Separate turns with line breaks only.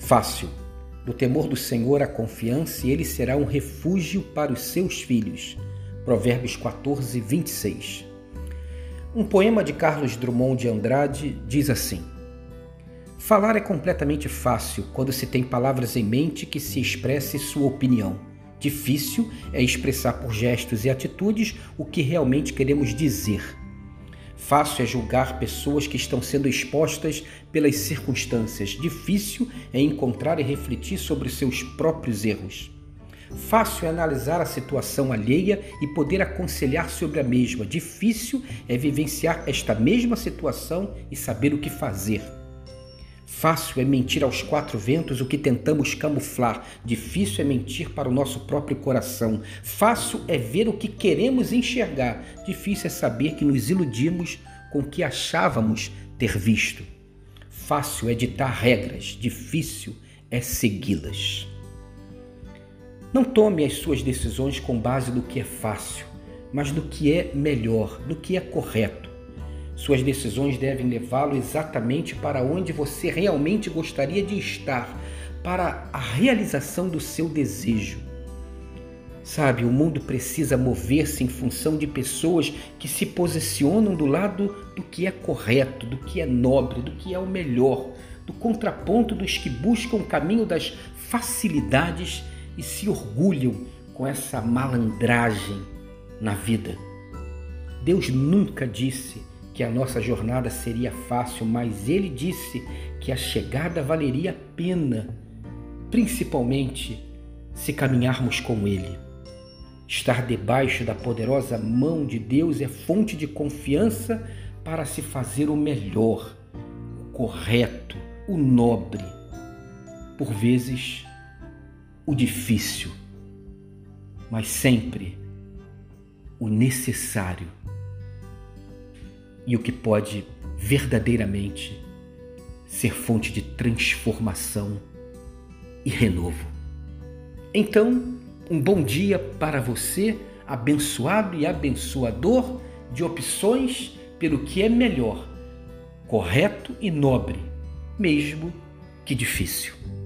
Fácil. No temor do Senhor há confiança e ele será um refúgio para os seus filhos. Provérbios 14, 26. Um poema de Carlos Drummond de Andrade diz assim: falar é completamente fácil quando se tem palavras em mente que se expresse sua opinião. Difícil é expressar por gestos e atitudes o que realmente queremos dizer. Fácil é julgar pessoas que estão sendo expostas pelas circunstâncias. Difícil é encontrar e refletir sobre seus próprios erros. Fácil é analisar a situação alheia e poder aconselhar sobre a mesma. Difícil é vivenciar esta mesma situação e saber o que fazer. Fácil é mentir aos quatro ventos o que tentamos camuflar. Difícil é mentir para o nosso próprio coração. Fácil é ver o que queremos enxergar. Difícil é saber que nos iludimos com o que achávamos ter visto. Fácil é ditar regras. Difícil é segui-las. Não tome as suas decisões com base no que é fácil, mas no que é melhor, no que é correto. Suas decisões devem levá-lo exatamente para onde você realmente gostaria de estar, para a realização do seu desejo. Sabe, o mundo precisa mover-se em função de pessoas que se posicionam do lado do que é correto, do que é nobre, do que é o melhor, do contraponto dos que buscam o caminho das facilidades e se orgulham com essa malandragem na vida. Deus nunca disse que a nossa jornada seria fácil, mas Ele disse que a chegada valeria a pena, principalmente se caminharmos com Ele. Estar debaixo da poderosa mão de Deus é fonte de confiança para se fazer o melhor, o correto, o nobre. Por vezes, o difícil, mas sempre o necessário e o que pode verdadeiramente ser fonte de transformação e renovo. Então, um bom dia para você, abençoado e abençoador de opções pelo que é melhor, correto e nobre, mesmo que difícil.